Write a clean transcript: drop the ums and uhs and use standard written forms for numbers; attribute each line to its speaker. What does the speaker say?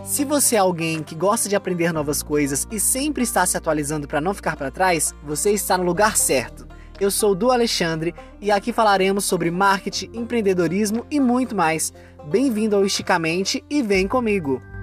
Speaker 1: Se você é alguém que gosta de aprender novas coisas e sempre está se atualizando para não ficar para trás, você está no lugar certo. Eu sou o Du Alexandre e aqui falaremos sobre marketing, empreendedorismo e muito mais. Bem-vindo ao Esticamente e vem comigo!